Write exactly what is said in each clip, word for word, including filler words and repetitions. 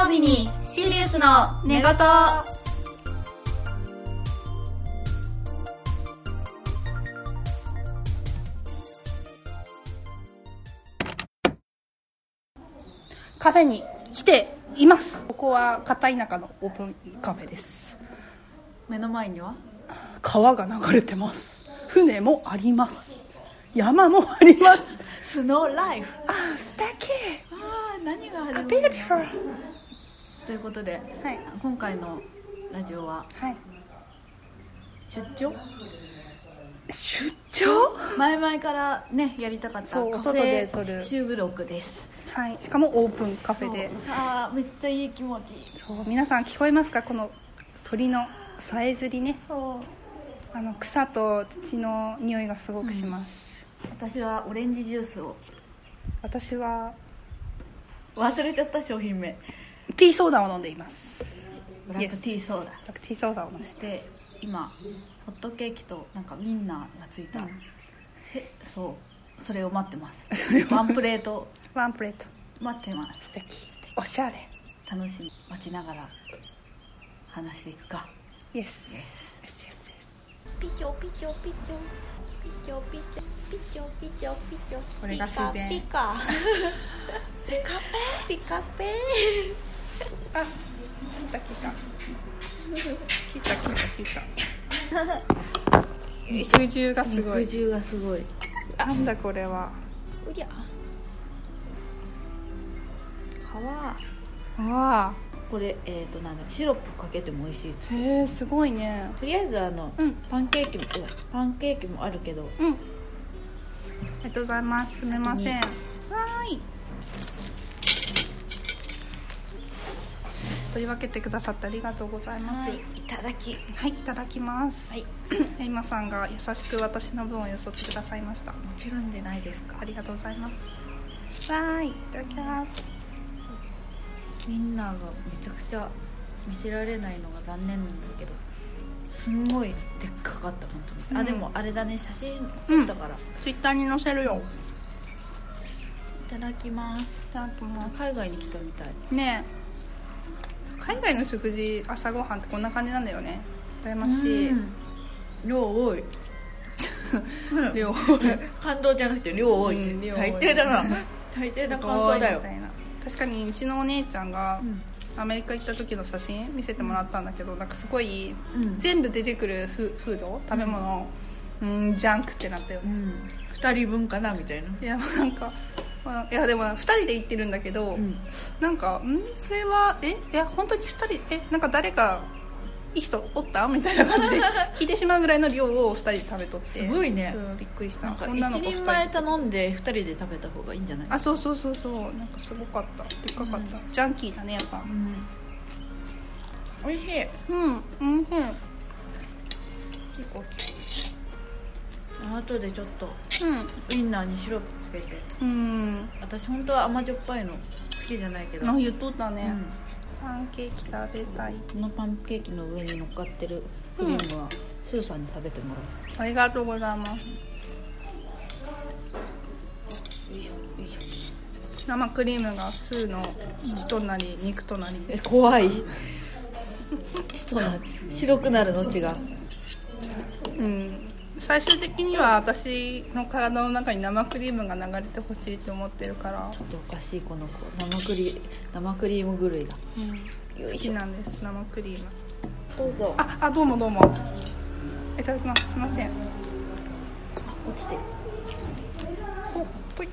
曜日にシリウスの寝言。カフェに来ています。ここは片田舎のオープンカフェです。 目の前には川が流れてます。船もあります。山もあります。 スノーライフ。 あ、素敵。 あー、何が始まるの？ Beautiful。 ということで、 はい、 今回のラジオは、 はい、 出張出張前々からねやりたかったそうカフ外で撮ェる収録です。 はい、しかもオープンカフェで。 あー、めっちゃいい気持ち。 そう、皆さん聞こえますか？この鳥のさえずりね。 そう、 あの草と土の匂いがすごくします、 うん、私はオレンジジュースを、 私は忘れちゃった商品名、 ティーソーダを飲んでいます。 ブラックティーソーダ。 ブラックティーソーダを飲んで。 そして今ホットケーキとなんかウインナーがついた、うん、そうそれを待ってます。それワンプレートワンプレート待ってます。 素敵、おしゃれ。 楽しみ待ちながら話していくか。 イエス、 イエス、 イエス、イエス、イエス。 ピチョピチョピチョピチョピチョピチョピチョピチョ。 これが自然。 ピカピカピカペあ、来た来た来た来た来た。肉汁がすごい。 肉汁がすごい。 なんだこれは。 うりゃ皮。 わあ、 これえっ、ー、となんだシロップかけても美味しいです。 へえ、すごいね。 とりあえずあの、うん、パンケーキもパンケーキもあるけど、 うん、ありがとうございます。すみません。はーい。取り分けてくださってありがとうございます。 はい、いただき。 はい、いただきます。 はい。 エイマさんが優しく私の分をよそってくださいました。 もちろんでないですか。 ありがとうございます。わーい、いただきます。 みんながめちゃくちゃ見せられないのが残念なんだけど、すんごいでっかかった本当に、うん、あでもあれだね、写真撮ったから、うん、 ツイッターに載せるよ。 いただきます。 いただきます。 海外に来たみたいね。 海外の食事、朝ごはんってこんな感じなんだよね。羨ましい。 量多い量多い感動じゃなくて量多いって、うん、最低だな最低な感想だよ。 確かにうちのお姉ちゃんがアメリカ行った時の写真見せてもらったんだけど、なんかすごい、うん、全部出てくるフード食べ物、うん、うんジャンクってなったよね、うん、 ふたりぶんかなみたいな。 いやなんか、まあ、いやでもふたりで行ってるんだけど、うん、なんかんそれはえいや本当にふたりえなんか誰かいい人おったみたいな感じで聞いてしまうぐらいの量をふたりで食べとって。 すごいね、 うん、びっくりした。 なんかいちにんまえ頼んでふたりで食べた方がいいんじゃない？ あ、そうそうそうそう、なんかすごかった、でっかかった、うん、ジャンキーだねやっぱ、うん、 おいしい。 うん、うん、結構あとでちょっと、うん、ウインナーにシロップつけて、うん、私本当は甘じょっぱいの好きじゃないけど、 あ、言っとったね、うん、パンケーキ食べたい。 このパンケーキの上に乗っかってるクリームは、うん、スーさんに食べてもらう。 ありがとうございます。生クリームがスーの血となり肉となり、 え怖い血となり白くなるの血が、 うん、最終的には私の体の中に生クリームが流れてほしいと思ってるから。 ちょっとおかしいこの子、生クリ生クリーム狂いだ、 うん、好きなんです、生クリーム。 どうぞ。 ああ、どうもどうも、いただきます。すいません。あ、 落ちてる。 お、ぽい。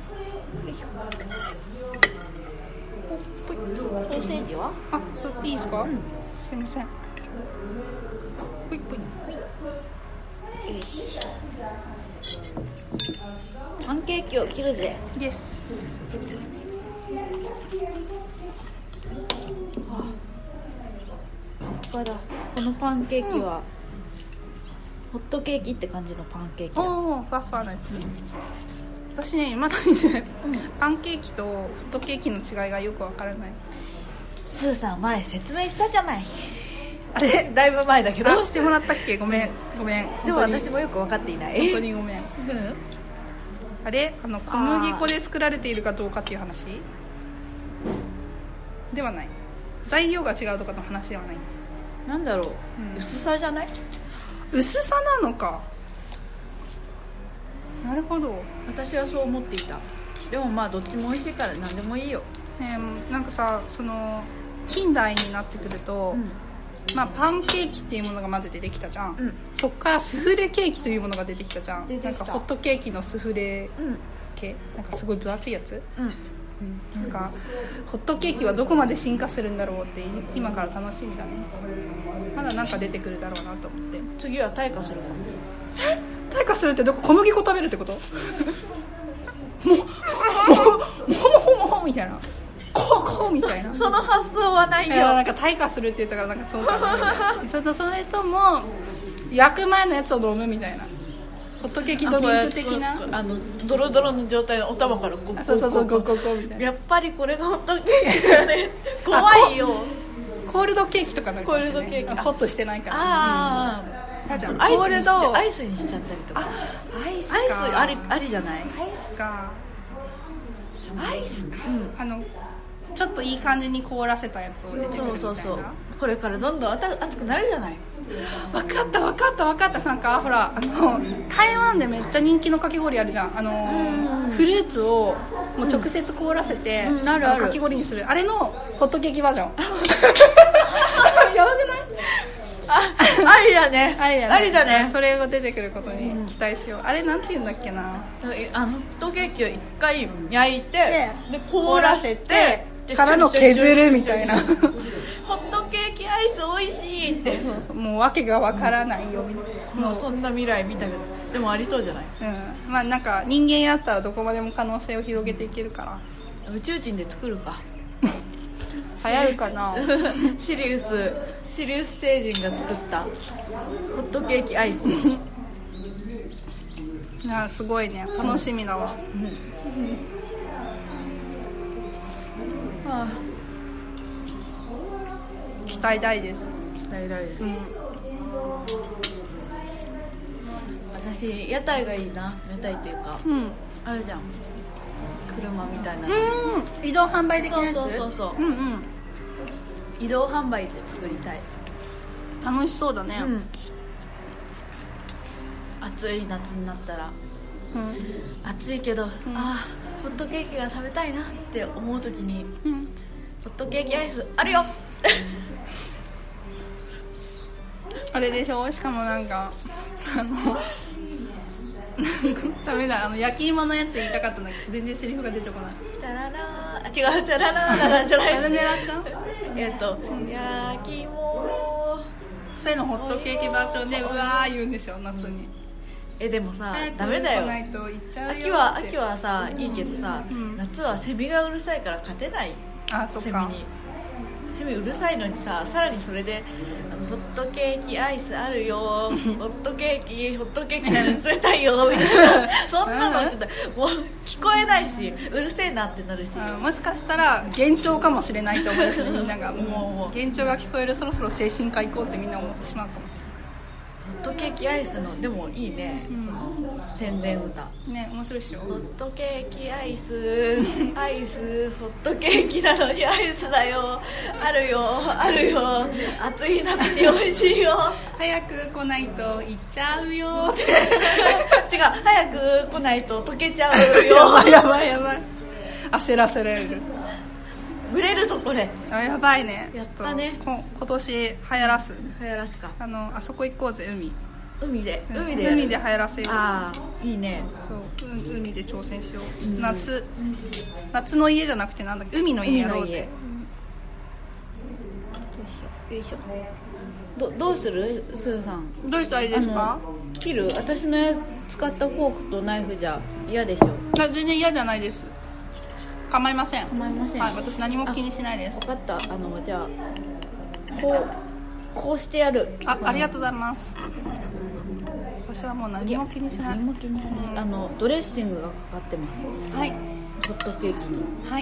ソーセージは？ あ、そういいですか？うん、すいません。ぽいぽい。 パンケーキを切るぜ。 イエス。 あ、ふわふわだ。このパンケーキは、うん、ホットケーキって感じのパンケーキだ。 おー、ふわふわなやつ。私ね、今だにね、うん、パンケーキとホットケーキの違いがよくわからない。 スーさん前説明したじゃない。 あれだいぶ前だけどしてもらったっけ。ごめんごめん。 でも私もよく分かっていない。 本当にごめん、うん、あれあの小麦粉で作られているかどうかっていう話ではない。 材料が違うとかの話ではない。 なんだろう、うん、薄さじゃない？ 薄さなのか。なるほど。 私はそう思っていた。でもまあどっちも美味しいから何でもいいよ、 ね、なんかさ、その近代になってくると、うん、まあ、パンケーキっていうものがまず出てきたじゃん、うん、そっからスフレケーキというものが出てきたじゃん。なんかホットケーキのスフレ系、うん、なんかすごい分厚いやつ、うんうん、なんかホットケーキはどこまで進化するんだろうって今から楽しみだね。まだなんか出てくるだろうなと思って。 次は退化するかも。 え、退化するってどこ？小麦粉食べるってこと？もうもうもほもほみたいな、こうこうみたいな。 その発想はないよ。 なんか退化するって言ったからなんかそうかなみたいな。それとそれとも焼く前のやつを飲むみたいな。ホットケーキドリンク的な、 あのドロドロの状態のお玉からゴッゴッゴッゴッ、 そうそうそうゴッゴッゴッみたいな。 やっぱりこれがホットケーキだね。怖いよ。 コールドケーキとかなんかもしれない。 コールドケーキホッとしてないから。 ああ、 じゃあコールドアイスにしちゃったりとか。 あ、アイスか。 アイスありありじゃない？ アイスか。アイスか、うん、あのちょっといい感じに凍らせたやつを出てくるみたいな。そうそうそう。 これからどんどん熱くなるじゃない。 分かった分かった分かった。なんかほら、あの台湾でめっちゃ人気のかき氷あるじゃん。あのー、フルーツをもう直接凍らせて、うん、あるあるかき氷にする、あれのホットケーキバージョン。やばくない？ あ、ありだね。 ありだね。 ありだね。 それが出てくることに期待しよう。あれなんて言うんだっけな。 あのホットケーキを一回焼いて、で凍らせてからの削るみたいな。 ホットケーキアイス美味しいって。 そうそう、もう訳がわからないよみたいな。 もうそんな未来見たけど、でもありそうじゃない？ うん。まあなんか人間やったらどこまでも可能性を広げていけるから。 宇宙人で作るか。 流行るかな。 シリウスシリウス星人が作ったホットケーキアイス。 いやすごいね、楽しみだわ。うん、はあ、期待大です。 期待大です、うん、私屋台がいいな。屋台っていうか、うん、あるじゃん、車みたいな。 うん、移動販売的なやつ。 そうそうそうそう、うんうん、移動販売で作りたい。 楽しそうだね、うん、 暑い夏になったら、 うん、 暑いけど、うん、あホットケーキが食べたいなって思う時に、うん、ホットケーキアイスあるよ。 あれでしょ、しかもなんかあのダメだ、あの焼き芋のやつ言いたかったんだけど全然セリフが出てこない。 チャララー、あ違うチャララーだな、チャララーチャララちゃんえっと、うん、焼き芋、 そういうのホットケーキバージョンでうわー言うんでしょ夏に、うん、 えでもさダメだよ。秋は秋はさいいけどさ、うん、夏はセミがうるさいから勝てない。 あ、そっか。 セミにセミうるさいのにさ、さらにそれであのホットケーキアイスあるよ、ホットケーキホットケーキなのに冷たいよみたいなそんなのってもう聞こえないしうるせえなってなるし、 もしかしたら幻聴かもしれないと思うんですね。みんながもうもう幻聴が聞こえる、そろそろ精神科行こうってみんな思ってしまうかもしれない。 ホットケーキアイスのでもいいね、うん、その宣伝歌ね、面白いっしょ。 ホットケーキアイスアイスホットケーキなのにアイスだよ、あるよあるよ、暑い夏に美味しいよ早く来ないと行っちゃうよって違う、早く来ないと溶けちゃうよやばいやばいやばい、焦らせられる。 売れるぞこれ。 あ、やばいね。 やったね。 こ今年流行らす流行らすか。 あのあそこ行こうぜ、海海で海で海で流行らせよう。 ああいいね。 そう、う海で挑戦しよう、うん、夏夏の家じゃなくてなんだっけ、海の家やろうぜ。 よいしょよいしょ。ど, どうするスーさん、 どうしたらいいですか。 切る、私の使ったフォークとナイフじゃ嫌でしょ。 全然嫌じゃないです。構いません。 構いません。 はい、私何も気にしないです。 分かった。あのじゃあこうこうしてやる。 あ、ありがとうございます。私はもう何も気にしない。 何も気にしない。うん、あのドレッシングがかかってます。 はい。 ホットケーキに。 はい。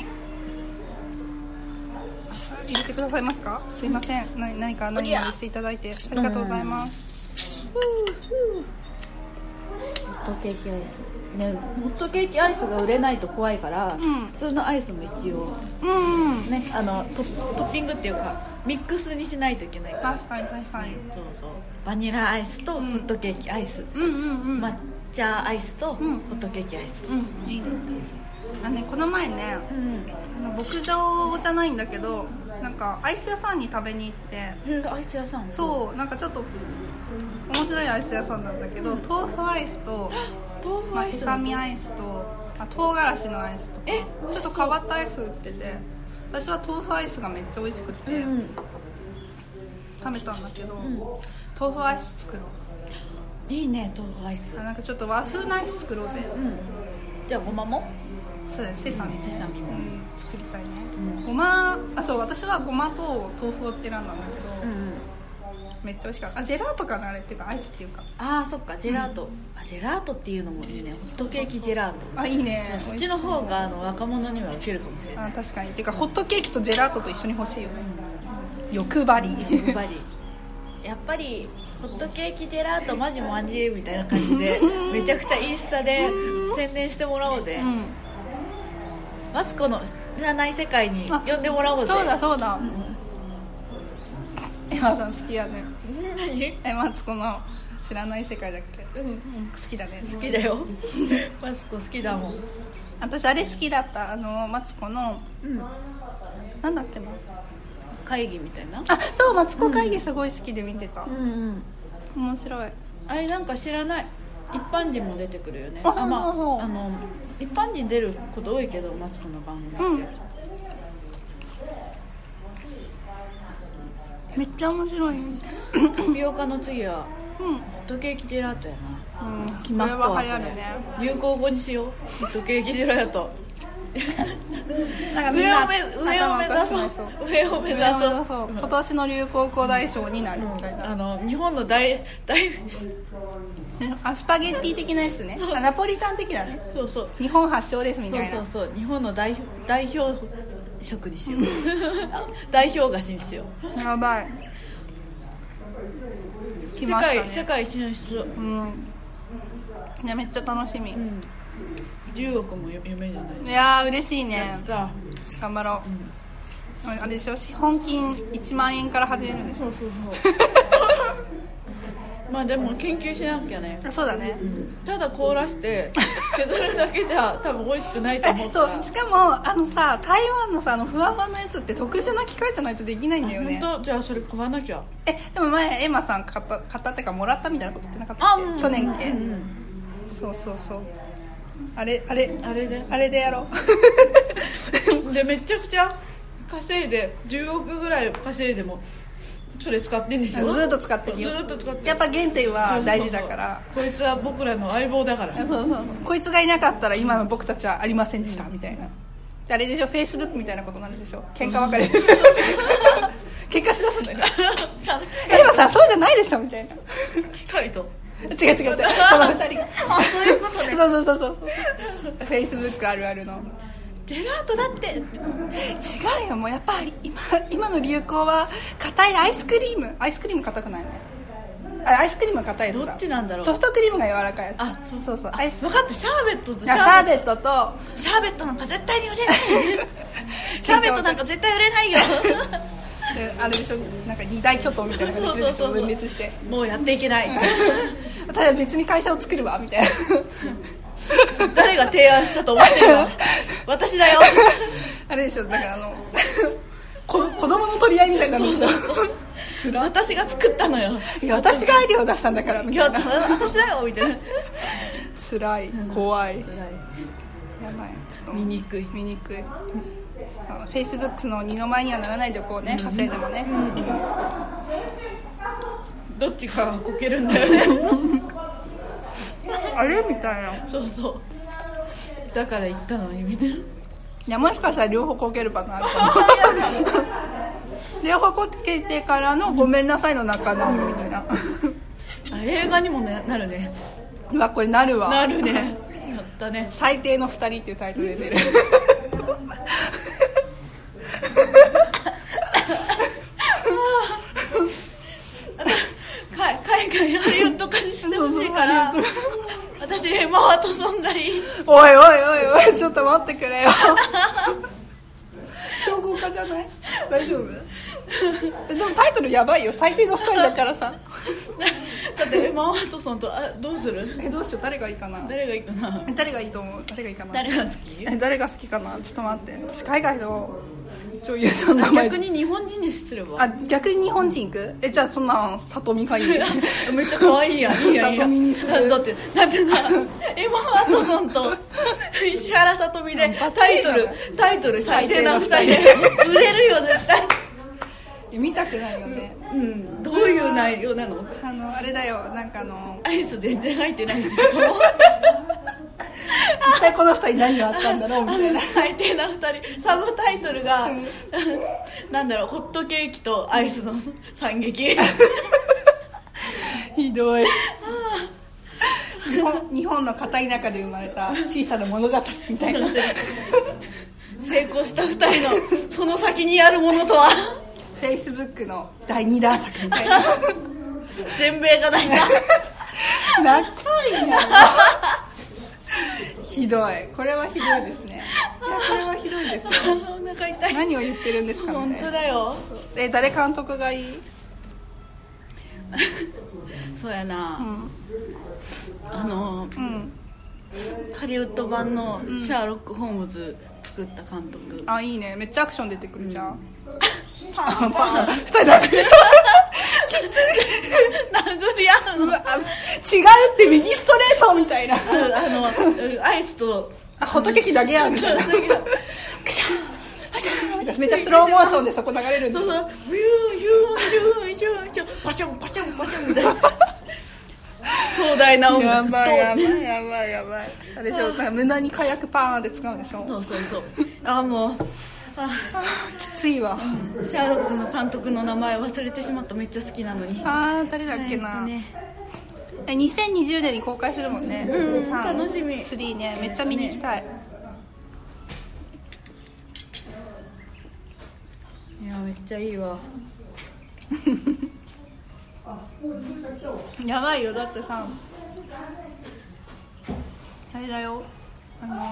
入れてくださいますか。すいません。何何か何をしていただいてありがとうございます。 ふうふうホットケーキアイスね、ホットケーキアイスが売れないと怖いから、 うん、 普通のアイスも一応、 うんうん、 ね、あの ト, トッピングっていうかミックスにしないといけないから。 確かに確かに、 そうそう、バニラアイスとホットケーキアイス、 うんうんうんうん、 抹茶アイスとホットケーキアイス、 うん、いいね。あね、この前ね、うん、あの牧場じゃないんだけどなんかアイス屋さんに食べに行って、 えー、アイス屋さん、 そうなんかちょっと面白いアイス屋さんなんだけど、うん、豆腐アイスと豆腐アイス、 まあ、セサミアイスとあ唐辛子のアイスとかちょっと変わったアイス売ってて、私は豆腐アイスがめっちゃ美味しくて、うん、食べたんだけど、うん、豆腐アイス作ろう。 いいね、豆腐アイス。 あなんかちょっと和風のアイス作ろうぜ、うん、 じゃあごまもそうだね、セサミセサミも、うん、 作りたいね、うん、ごまあそう私はごまと豆腐を選んだんだけど、うんうん、めっちゃ美味しかった。あジェラートかなあれっていうかアイスっていうか、 ああそっかジェラート、うん、あジェラートっていうのもいいね、ホットケーキジェラート。 あいいね、 そっちの方があの若者にはウケるかもしれない。 あ確かに、っていうかホットケーキとジェラートと一緒に欲しいよね、うん、欲張り欲張りやっぱりホットケーキジェラートマジマジみたいな感じでめちゃくちゃインスタで宣伝してもらおうぜ、うん、マツコの知らない世界に呼んでもらおうぜ。 そうだそうだ、うん、エマさん好きやね。 何？ えマツコの知らない世界だっけ、うん、好きだね。 好きだよマツコ好きだもん。 私あれ好きだった、あのマツコの、うん、なんだっけな、 会議みたいな。 あそうマツコ会議すごい好きで見てた、うんうんうん、面白い。 あれなんか知らない、一般人も出てくるよね。あ、あ、まあ、あの一般人出ること多いけどマツコの番組って、 うん、めっちゃ面白いタピオカの次は、うん、ホットケーキジェラートやな、うん、決まったわ。これは流行るね。流行語にしようホットケーキジェラートなんかみんな上を目指そう上を目指そう今年の流行語大賞になるみたいな、 うん、あの日本の大大あスパゲッティ的なやつね、あナポリタン的なね。 そうそう日本発祥ですみたいな。 そうそうそう日本の代代表食にしよう代表菓子にしよう。やばい来ましたね、 世界進出、うんね、めっちゃ楽しみ、うん、 じゅうおくも夢じゃない。 いやー嬉しいね。頑張ろう、うん、あれでしょ、資本金いちまんえんから始めるんでしょ。そうそうそうまあでも研究しなきゃね。 そうだね、 うん、ただ凍らして削るだけじゃ多分美味しくないと思うからそうしかもあのさ台湾のさあのふわふわのやつって特殊な機械じゃないとできないんだよね。 本当？じゃあそれ買わなきゃ。 えでも前エマさん買った買ったってかもらったみたいなこと言ってなかったっけ、うん、去年系、うんうん、そうそうそうあれあれあれであれでやろうでめちゃくちゃ稼いでじゅうおくぐらい稼いでもそれ使ってんでしょ。 ずっと使ってるよ。 ずっと使ってる。 やっぱ原点は大事だから。 そうそうそうこいつは僕らの相棒だから。 そうそうこいつがいなかったら今の僕たちはありませんでした、うん、みたいな。あれでしょフェイスブックみたいなことなんでしょ。喧嘩別れる喧嘩しだすんだよ今さそうじゃないでしょみたいな機械と違う違う違うこの二人があそういうことねそうそうそうそうフェイスブックあるあるのジェラートだって違うよ。もうやっぱり 今, 今の流行は硬いアイスクリーム。アイスクリーム硬くないね。あアイスクリームは硬いやつだ。 どっちなんだろう。 ソフトクリームが柔らかいやつ。 あそうそうそうアイス分かった。シャーベットとシャーベットとシャーベットなんか絶対に売れないシャーベットなんか絶対売れないよであれでしょなんか二大巨頭みたいなのができるでしょ。分裂してもうやっていけないただ別に会社を作るわみたいな誰が提案したと思ってるの私だよあれでしょだからあの子供の取り合いみたいなのでしょつら私が作ったのよ。 いや私がアイデアを出したんだからみたいな。 いや私だよみたいなつらい怖い、うん、 辛いやばいちょっと見にくい見にくい。フェイスブックの二の舞にはならないでこうね、うん、稼いでもね、うん、 どっちかこけるんだよねあれみたいな。 そうそうだから言ったのにみたいな。いやもしかしたら両方こけるパターンあるかも両方こけてからのごめんなさいの中のみたいなあ映画にも、ね、なるね。 うわこれなるわ。 なるねやったね。 最低の二人っていうタイトルで出る海外ハリウッド化にしてほしいからマ・ワトソンがいい。 おいおいおいおい、ちょっと待ってくれよ超豪華じゃない？大丈夫？でもタイトルやばいよ、最低のふたりだからさだってエマ・ワトソンとあどうする？ えどうしよう、誰がいいかな。 誰がいいかな。 誰がいいと思う？誰がいいかな。 誰が好き？ え誰が好きかな。ちょっと待って、私海外の女優さんの名前。 逆に日本人にすれば。 あ、逆に日本人行く？えじゃあそんな里見がいいめっちゃ可愛いやん。いいやんいいやん。 里見にする。 だってだってなエマ・ワトソンと石原さとみでタイトルタイトル最低なふたりで売れるよ絶対。 見たくないよね。 うん、どういう内容なの？ あのあれだよ、なんかあのアイス全然入ってないし一体このふたり何があったんだろうみたいな。 最低なふたり、サブタイトルがなんだろう、ホットケーキとアイスの惨劇ひどい日本, 日本の片田舎で生まれた小さな物語みたいな成功したふたりのその先にあるものとはフェイスブックのだいにだんさくみたいな全米が泣いた泣かいやひどい、これはひどいですね。いやこれはひどいですよお腹痛い。 何を言ってるんですかみたいな。 本当だよ。 え誰監督がいい？ そうやな、うん、あの、 うん、 ハリウッド版のシャーロック・ホームズ作った監督、うん、 あいいね、めっちゃアクション出てくるじゃん、うん、パンパンふたりだけきつい殴り合うの。 うわ違うって右ストレートみたいなあのアイスとあホットケーキだけやみたいなクシャンパシャンみたいな、めっちゃスローモーションでそこ流れるんでしょ。 そうそうビュービュービュービュービューパシャンパシャンパシャンみたいな壮大な音楽とやばいやばいやばいやばいあれでしょ、なんか胸に火薬パーンって使うんでしょ。 そうそうそうあもうあきついわ、 うん、シャーロックの監督の名前忘れてしまった。めっちゃ好きなのに。 あー誰だっけな、ね、えにせんにじゅうねんに公開するもんね、 うん、楽しみ。 スリーね、めっちゃ見に行きたい、ね、 いやめっちゃいいわやばいよ、だってさあれだよ、あの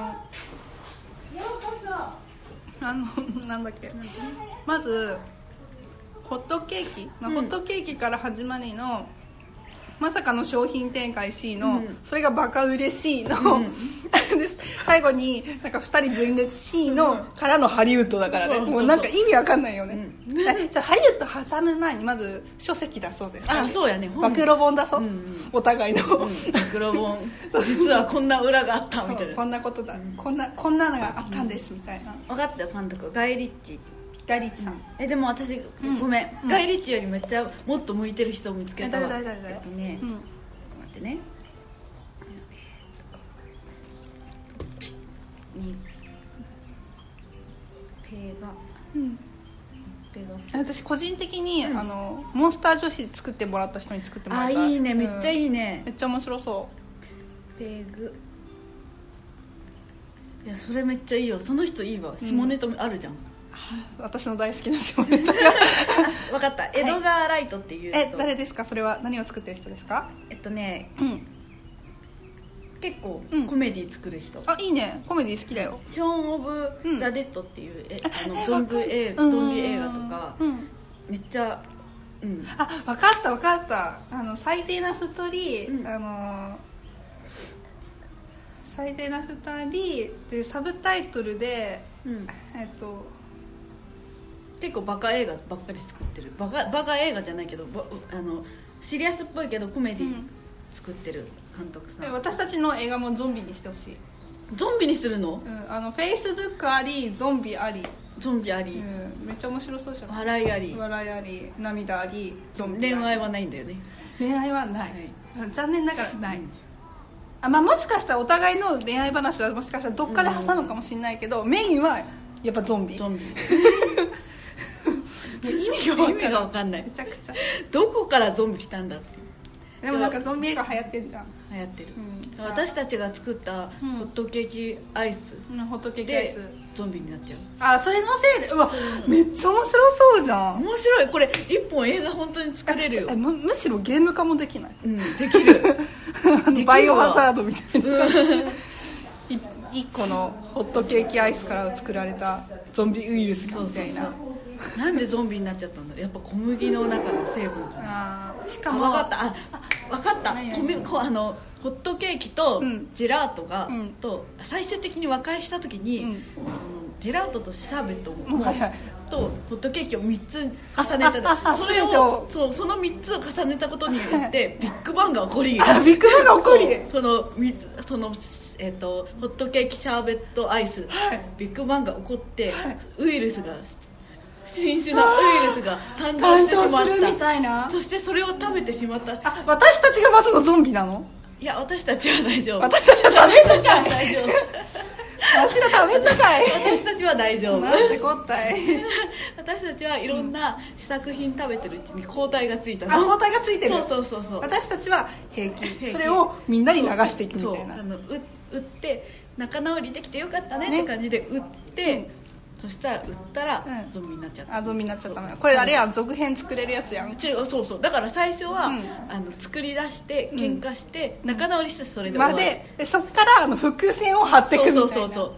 あのなんだっけ、まずホットケーキ、まあ、ホットケーキから始まりの、まさかの商品展開 C の、うん、それがバカ売れ C の、うん、で最後になんかふたり分裂 C のからのハリウッドだからね、うん、もうなんか意味わかんないよね、うん、じゃあハリウッド挟む前にまず書籍出そうぜ。 あそうやね、 暴露本出そう、うんうん、お互いの、うん、 暴露本実はこんな裏があったみたいな、 こんなことだ、うん、こんなこんなのがあったんです、うん、みたいな。 分かったよ監督、ガイ・リッチガイリッチさん、うん、 えでも私、うん、ごめん、うん、ガイ・リッチよりめっちゃもっと向いてる人を見つけたわ。 誰誰誰誰、 えっとね、うん、待ってね、にペガ、うん、ペガ。 私個人的に、うん、あのモンスター女子作ってもらった人に作ってもらった。 あいいね、めっちゃいいね、 うん、めっちゃ面白そう。 ペグ、いやそれめっちゃいいよ、その人いいわ。下ネタあるじゃん、うん、 私の大好きな下ネタ分かった、エドガー・ライトっていう人、 はい、え誰ですかそれは。何を作ってる人ですか。 えっとね、 うん、 結構コメディ作る人、うん、 あいいね、コメディ好きだよ。 ショーン・オブ・ザ・デッドっていう、うん、えあのゾンビ映画、ゾンビ映画とか、うん、めっちゃ、うん、 あ分かった分かった、あの最低なふたり、うん、あの最低なふたりでサブタイトルで、うん、えっと結構バカ映画ばっかり作ってる。バカ、バカ映画じゃないけどあのシリアスっぽいけどコメディ作ってる監督さん、 うん、私たちの映画もゾンビにしてほしい。 ゾンビにするの？ うん、あのフェイスブックありゾンビあり、 ゾンビあり、 うん、めっちゃ面白そうじゃん。 笑いあり、 笑いあり、涙あり、ゾンビあり。 恋愛はないんだよね。 恋愛はない、はい、残念ながらない、うん、あまあ、もしかしたらお互いの恋愛話はもしかしたらどっかで挟むかもしれないけど、うん、メインはやっぱゾンビ。 ゾンビ意味が分かんない。 めちゃくちゃどこからゾンビ来たんだって。 でもなんかゾンビ映画流行ってるじゃん。 流行ってる、 うん、 私たちが作ったホットケーキアイス、 うん、ホットケーキアイでスゾンビになっちゃう。 あ、それのせいで、うわ、めっちゃ面白そうじゃん。 面白い。これ一本映画本当に作れるよ。 えむむしろゲーム化もできない？ うん、できるあのバイオハザードみたいな、うん、いっこのホットケーキアイスから作られたゾンビウイルスみたいな。そうそうそう、 なんでゾンビになっちゃったんだろう。やっぱ小麦の中の成分かな。 あ、しかも分かった。ああ、分かった。米こあのホットケーキとジェラートが、うん、と最終的に和解した時に、うん、ジェラートとシャーベットも、はいはい、とホットケーキをみっつ重ねた。それをそうそのみっつを重ねたことによってビッグバンが起こり、 あ、ビッグバンが起こり、 そのそのえっとホットケーキシャーベットアイス、はい、ビッグバンが起こって、はい、ウイルスが新種のウイルスが誕生してしまった。誕生するみたいな。そしてそれを食べてしまった。 あ、私たちがまずのゾンビなの？ いや、私たちは大丈夫。 私たちは食べんのかい。大丈夫。わしら食べんのかい。 私たちは大丈夫。 なんてこったい。 私たちはいろんな試作品食べてるうちに抗体がついたの。 あ、抗体がついてる。 そうそうそうそう。 私たちは平気。平気。それをみんなに流していくみたいな。 そう、あのう打って仲直りできてよかったねって感じで打って。ね、そしたら売ったらゾンビになっちゃった、 うん、あ、ゾンビになっちゃった。これあれやん、続編作れるやつやん。 そうそう、だから最初は、うん、あの作り出して喧嘩して、うん、仲直りしてそれで終わる、まででそっからあの伏線を張っていくみたいな。 そうそうそうそう、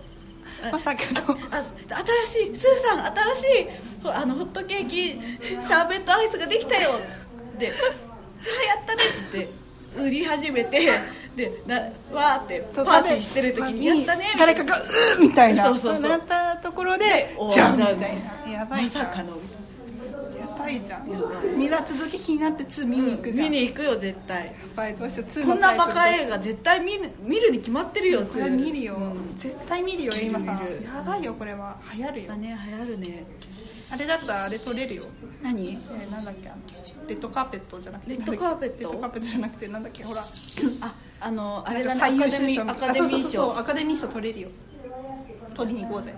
まさかのあ、新しいスーさん、新しいあのホットケーキシャーベットアイスができたよで、やったねって売り始めて、でなわーってパーティーしてる時にやったね、 誰かがうーみたいな、 そうそうそう、 なったところでじゃんみたいな、やばいじゃん、 まさかのやばいじゃん。みんな続き気になってツー見に行くじゃん、 うん、見に行くよ絶対。やばい、どうしよう、ツーこんなバカ映画絶対見る、見るに決まってるよ。 これ見るよ、うん、絶対見るよ今さん。やばいよ、これは流行るよ。 だね、流行るね。 あれだったらあれ撮れるよ。 何？ えー、なんだっけ、レッドカーペットじゃなくて、 レッドカーペット？ レッドカーペットじゃなくて、なんだっけ、ほらあ、あのあれだね、 最優秀賞、 アカデミー賞。 そうそうそう、アカデミー賞取れるよ。取りに行こうぜ。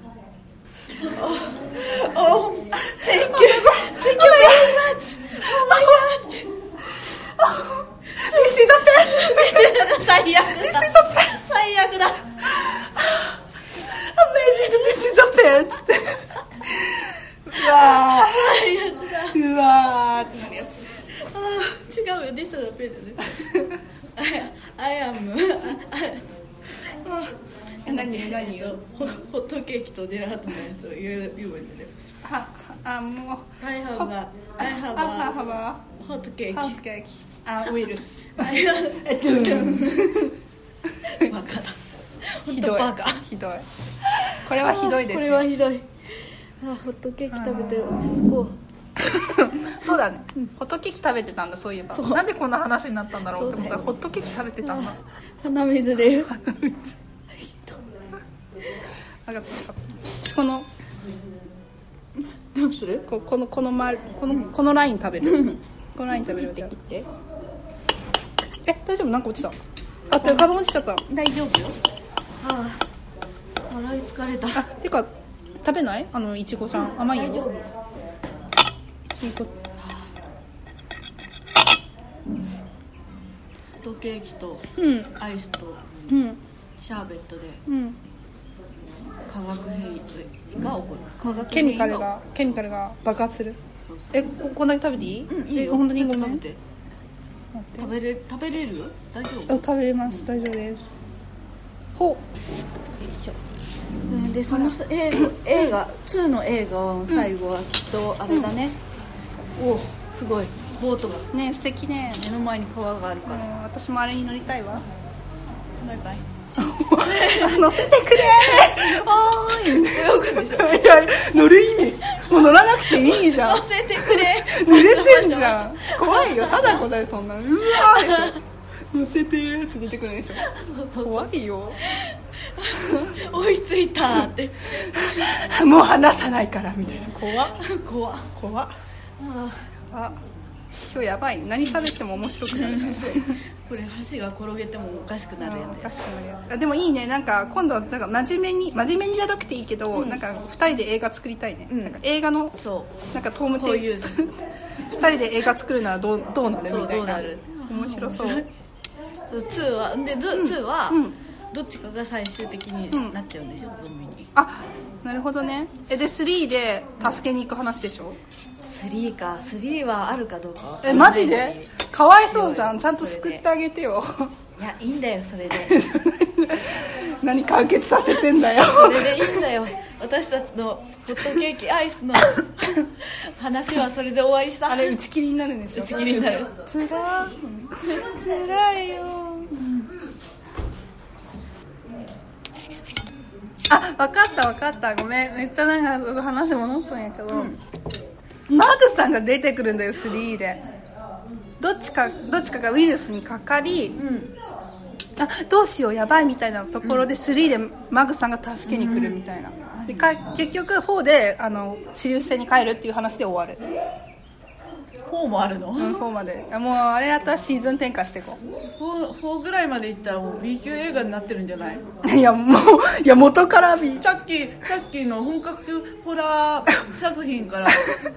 Oh, oh, thank you, thank you very much. Oh my god. This is a pen. 最悪だ。 This is a pen. 最悪だ。 Amazing. This is a pen. つって。うわ最悪だ。 うわーってなるやつ。 あー、違うよ。This is a pen です。I am. 何何よ、 ホットケーキとジェラートのやつを言えばいいんだよ。 はあ、もう I have a I have a hot cake. hot cake. あ、ウイルス。 I have バカだ。 ひどい。 バカ。 ひどい。これはひどいです。 これはひどい。あ、ホットケーキ食べて落ち着こう。そうだね、うん、ホットケーキ食べてたんだ、そういえば。なんでこんな話になったんだろうって思ったら、ホットケーキ食べてたんだ。 鼻水で鼻水。 分かった分かった。このどうする？ ここのこの丸このこのライン食べる。このライン食べる。じゃあ。え、大丈夫？なんか落ちた。あ、ってカバン落ちちゃった。 大丈夫よ。はあ、洗い疲れた。 あ、てか食べない？あのいちごさん甘いよ。 大丈夫。 いちご。ホットケーキとアイスとシャーベットで。うん。化学変異が起こる。化学ケミカルがケミカルが爆発する。そうそう、え、ここんだけ食べていい？うん、いいよ。え、本当にごめん。食べて。 食べれ食べれる？大丈夫？ 食べれます、うん、大丈夫です。ほう。よいしょ。でその映画映画ツーの映画の最後はきっとあれだね。うん、お、すごいボートがね、素敵ね。 目の前に川があるから。 うん、私もあれに乗りたいわ。 バイバイ。 乗せてくれー。おーい。いや、乗る意味もう乗らなくていいじゃん。 乗せてくれ。 濡れてんじゃん。怖いよ、貞子だよそんな。うわーでしょ。乗せてーって出てくるでしょ。そうそうそう、怖いよ。 追いついたって。 もう離さないからみたいな。怖っ怖っ怖っ。あ、今日やばい。何喋っても面白くなる。 これ箸が転げてもおかしくなるやつ。 おかしくなるやつ。あ、でもいいね。なんか今度はなんか真面目に真面目にじゃなくていいけど、うん、なんかふたりで映画作りたいね。うん、なんか映画のそうなんかトームテーふたりで映画作るならどうどうなるみたいな。どうなる。面白そう。 ツーはで、ツーは、 うんどっちかが最終的になっちゃうんでしょ、ゾンビに。 あ、なるほどね。えでスリーで助けに行く話でしょ。 スリーか、スリーはあるかどうかわかんない。 えマジでかわいそうじゃん。ちゃんと救ってあげてよ。 いや、いいんだよそれで何完結させてんだよ。 それでいいんだよ。私たちのホットケーキアイスの話はそれで終わりさ。 あれ打ち切りになるんでしょ。 打ち切りになる。 つらつらいよ、うん、あ、分かった分かった。ごめん、めっちゃなんか話戻すんやけど、うん、マグさんが出てくるんだよスリーで。どっちかどっちかがウイルスにかかり、うん、あどうしようやばいみたいなところでスリーでマグさんが助けに来るみたいな、でか結局フォーであのシリウス星に帰るっていう話で終わる。 フォーもあるの？ うん、フォーまで。もうあれやったらシーズン展開していこう。 フォー、フォーぐらいまでいったらもう B 級映画になってるんじゃない？ いやもういや元から B チャッキーチャッキーの本格ホラー作品から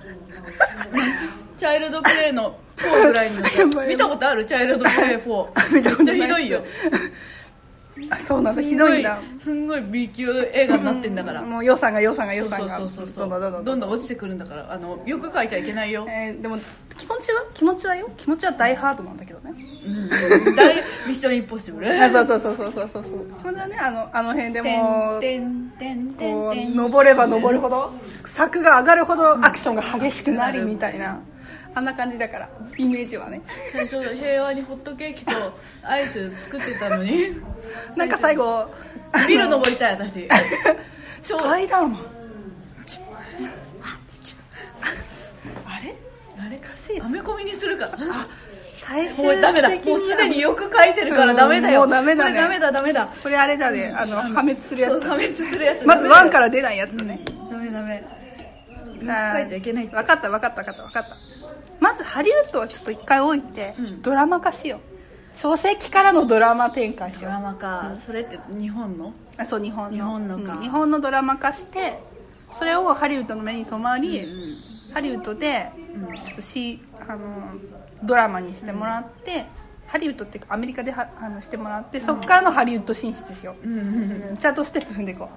チャイルドプレイのフォーぐらいになって見たことある？チャイルドプレイフォー。 見たことない。 めっちゃひどいよ。 あ、そうなんだ。ひどいんだ。 すんごい B 級映画になってんだから、 うん、もう予算が予算が予算がそうそうそうそう、 どんどんどんどんどんどん落ちてくるんだから、あのよく書いちゃいけないよ。 えー、でも気持ちは気持ちはよ気持ちはダイハードなんだけどね。 うん、大ミッションインポッシブル。 あ、そうそうそうそうそうそう。気持ちはね、あのあの辺でもてんてんてんこてんう登れば登るほど柵が上がるほどアクションが激しくなりみたいな、うん、あんな感じだからイメージはね。 最初平和にホットケーキとアイス作ってたのになんか最後ビル登りたい私。 スパイダーマンあれあれかしいアメコミにするか。あ、 最終もうダメだ。もうすでによく書いてるからダメだよ。 もうダメだね。 これダメだダメだ。 これあれだね。あの破滅するやつ。 破滅するやつ。 まずワンから出ないやつだね。 ダメダメ。書いちゃいけない。 分かった分かった分かった分かった。まずハリウッドはちょっと一回置いて、うん、ドラマ化しよう。書籍からのドラマ展開しよう。 ドラマ化、うん、それって日本の？ あ、そう、日本の。 日本のか、 うん、日本のドラマ化してそれをハリウッドの目に留まり、うんうん、ハリウッドでちょっとしあのドラマにしてもらって、うん、ハリウッドっていうかアメリカではあのしてもらって、そこからのハリウッド進出しよう、うんうんうん、ちゃんとステップ踏んでいこ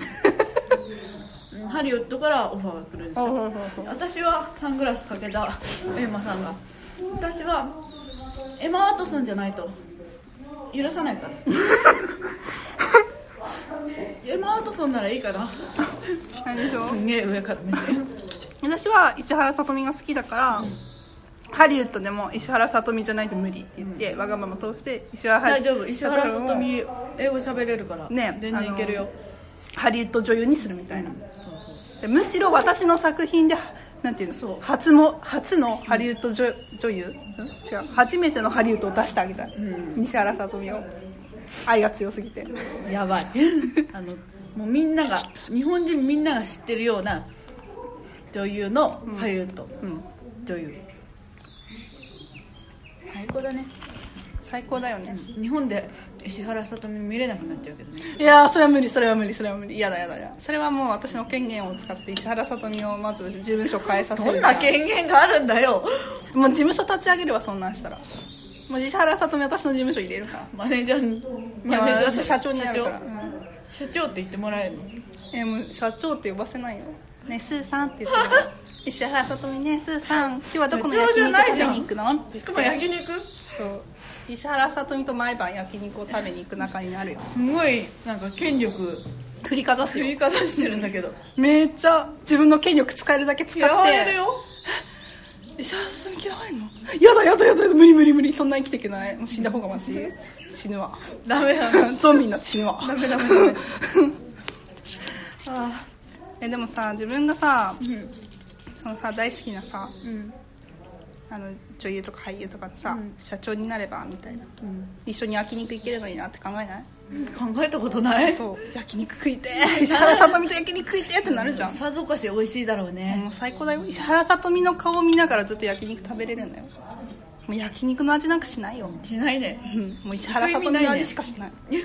う、うん、ハリウッドからオファーが来るんですよ。そうそうそう、私はサングラスかけたエマさんが、私はエマ・ワトソンじゃないと許さないからエマ・ワトソンならいいかな。 何でしょう、 すんげえ上から見て私は石原さとみが好きだから、うん、ハリウッドでも石原さとみじゃないと無理って言って、うん、わがまま通して石原大丈夫、石原さとみ英語喋れるからね、全然いけるよ。 ハリウッド女優にするみたいな、うん、でむしろ私の作品でなんていうの、そう初も初のハリウッド 女, 女優、うん、違う初めてのハリウッドを出してあげたい、うん、石原さとみを愛が強すぎてやばいあのもうみんなが日本人みんなが知ってるような女優のハリウッド、うんうん、女優最高だね。 最高だよね、 うん、日本で石原さとみ見れなくなっちゃうけどね。 いやそれは無理それは無理それは無理、嫌だ嫌だ嫌だ。それはもう私の権限を使って石原さとみをまず事務所変えさせる。 どんな権限があるんだよ。 もう事務所立ち上げるわ、そんなんしたら。もう石原さとみ私の事務所入れるから。 マネージャーマネージャー社長になるから。 社長、うん、社長って言ってもらえるの？ えー、もう社長って呼ばせないよ。ね、スーさんって言って石原さとみね、スーさん今日はどこの焼肉食べに行くのって。 しかも焼肉？ そう石原さとみと毎晩焼肉を食べに行く仲になるよ。 すごいなんか権力振りかざすよ。 振りかざしてるんだけどめっちゃ自分の権力使えるだけ使って嫌われるよ。 石原さとみ嫌われるの？やだやだやだ無理無理無理、そんな生きていけない。もう死んだ方がマシ。死ぬわ。 ダメだねゾンビになって死ぬわ。 ダメダメダメあえでもさ自分がさ、うん、そのさ大好きなさ、うんあの女優とか俳優とかのさ、うん、社長になればみたいな、うん、一緒に焼肉行けるのになって考えない？ 考えたことない。 そう焼肉食いて石原さとみと焼肉食いてってなるじゃん。 さぞかし美味しいだろうね。 もう最高だよ。石原さとみの顔を見ながらずっと焼肉食べれるんだよ。もう焼肉の味なんかしないよ。 しないね、 うん、もう石原さとみの味しかしない。最低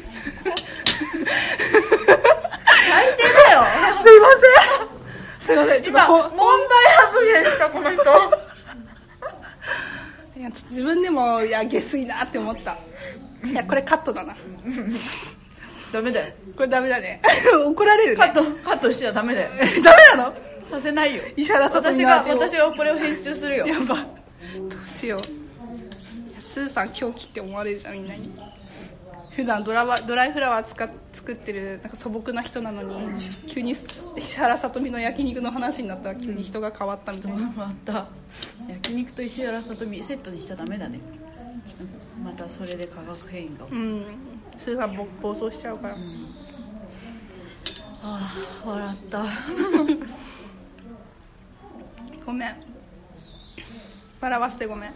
だよすいませんすいません。 今問題発言したこの人いや自分でもいや下水だって思った。 いやこれカットだなダメだよこれダメだね怒られるねカットカットしちゃダメだよダメなのさせないよ石原さとみ私がの味を私がこれを編集するよやばどうしよういやスーさん狂気って思われるじゃんみんなに普段ドラワドライフラワー使っ作ってるなんか素朴な人なのに、うん、急に石原さとみの焼肉の話になったら急に人が変わったみたいな、 うん、変わった焼肉と石原さとみセットにしちゃダメだねまたそれで化学変異がうんスーさん暴走しちゃうから、うん、 ああ笑ったごめん笑わせてごめん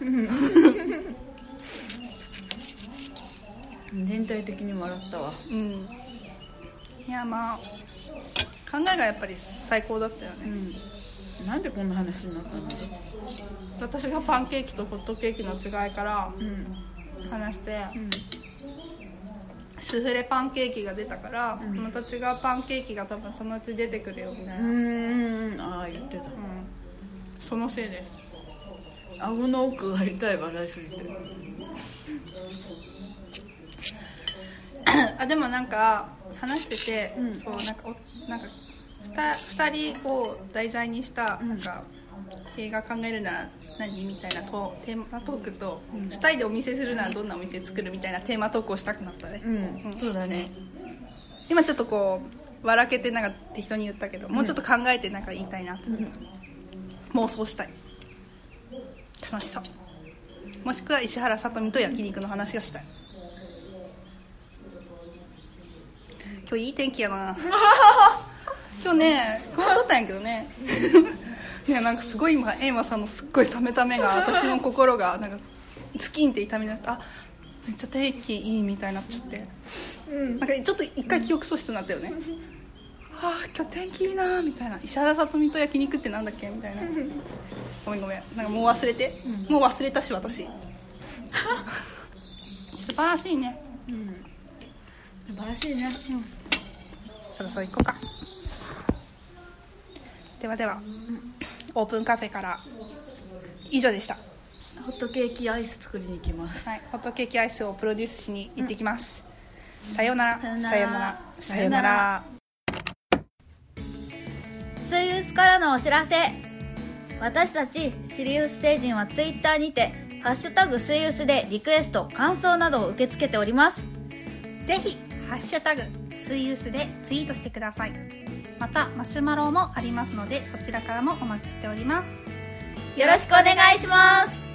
全体的に笑ったわうんいやまあ考えがやっぱり最高だったよね、 うん、なんでこんな話になったの私がパンケーキとホットケーキの違いから話して、うん、スフレパンケーキが出たから、うん、また違うパンケーキが多分そのうち出てくるよみたいなうんああ言ってた、うん、 そのせいです顎の奥が痛い笑いすぎてあでもなんか話してて、うん、そうなんかおなんかふたりを題材にしたなんか、うん、映画考えるなら何みたいなトテーマトークと、うん、ふたりでお店するならどんなお店作るみたいなテーマトークをしたくなったね、 うんうん、そうだね今ちょっとこう笑けてなんか適当に言ったけど、うん、もうちょっと考えてなんか言いたいなと思った、うん、妄想したい楽しそうもしくは石原さとみと焼肉の話がしたい今日いい天気やな今日ね雲撮ったんやけどねいやなんかすごい今エイマさんのすっごい冷めた目が私の心がなんかズキンって痛みになってあめっちゃ天気いいみたいになっちゃって、うん、なんかちょっと一回記憶喪失になったよねあ今日天気いいなみたいな石原さとみと焼肉ってなんだっけみたいなごめんごめんなんかもう忘れて、うん、もう忘れたし私素晴らしいね、うん、 素晴らしいね、うん、 そろそろ行こうかではでは、うん、オープンカフェから以上でしたホットケーキアイス作りに行きます、 はい、ホットケーキアイスをプロデュースしに行ってきます、うん、さようならさようならさようならスイウスからのお知らせ私たちシリウス星人はツイッターにてハッシュタグスイウスでリクエスト感想などを受け付けておりますぜひハッシュタグスイウスでツイートしてくださいまたマシュマロもありますのでそちらからもお待ちしておりますよろしくお願いします。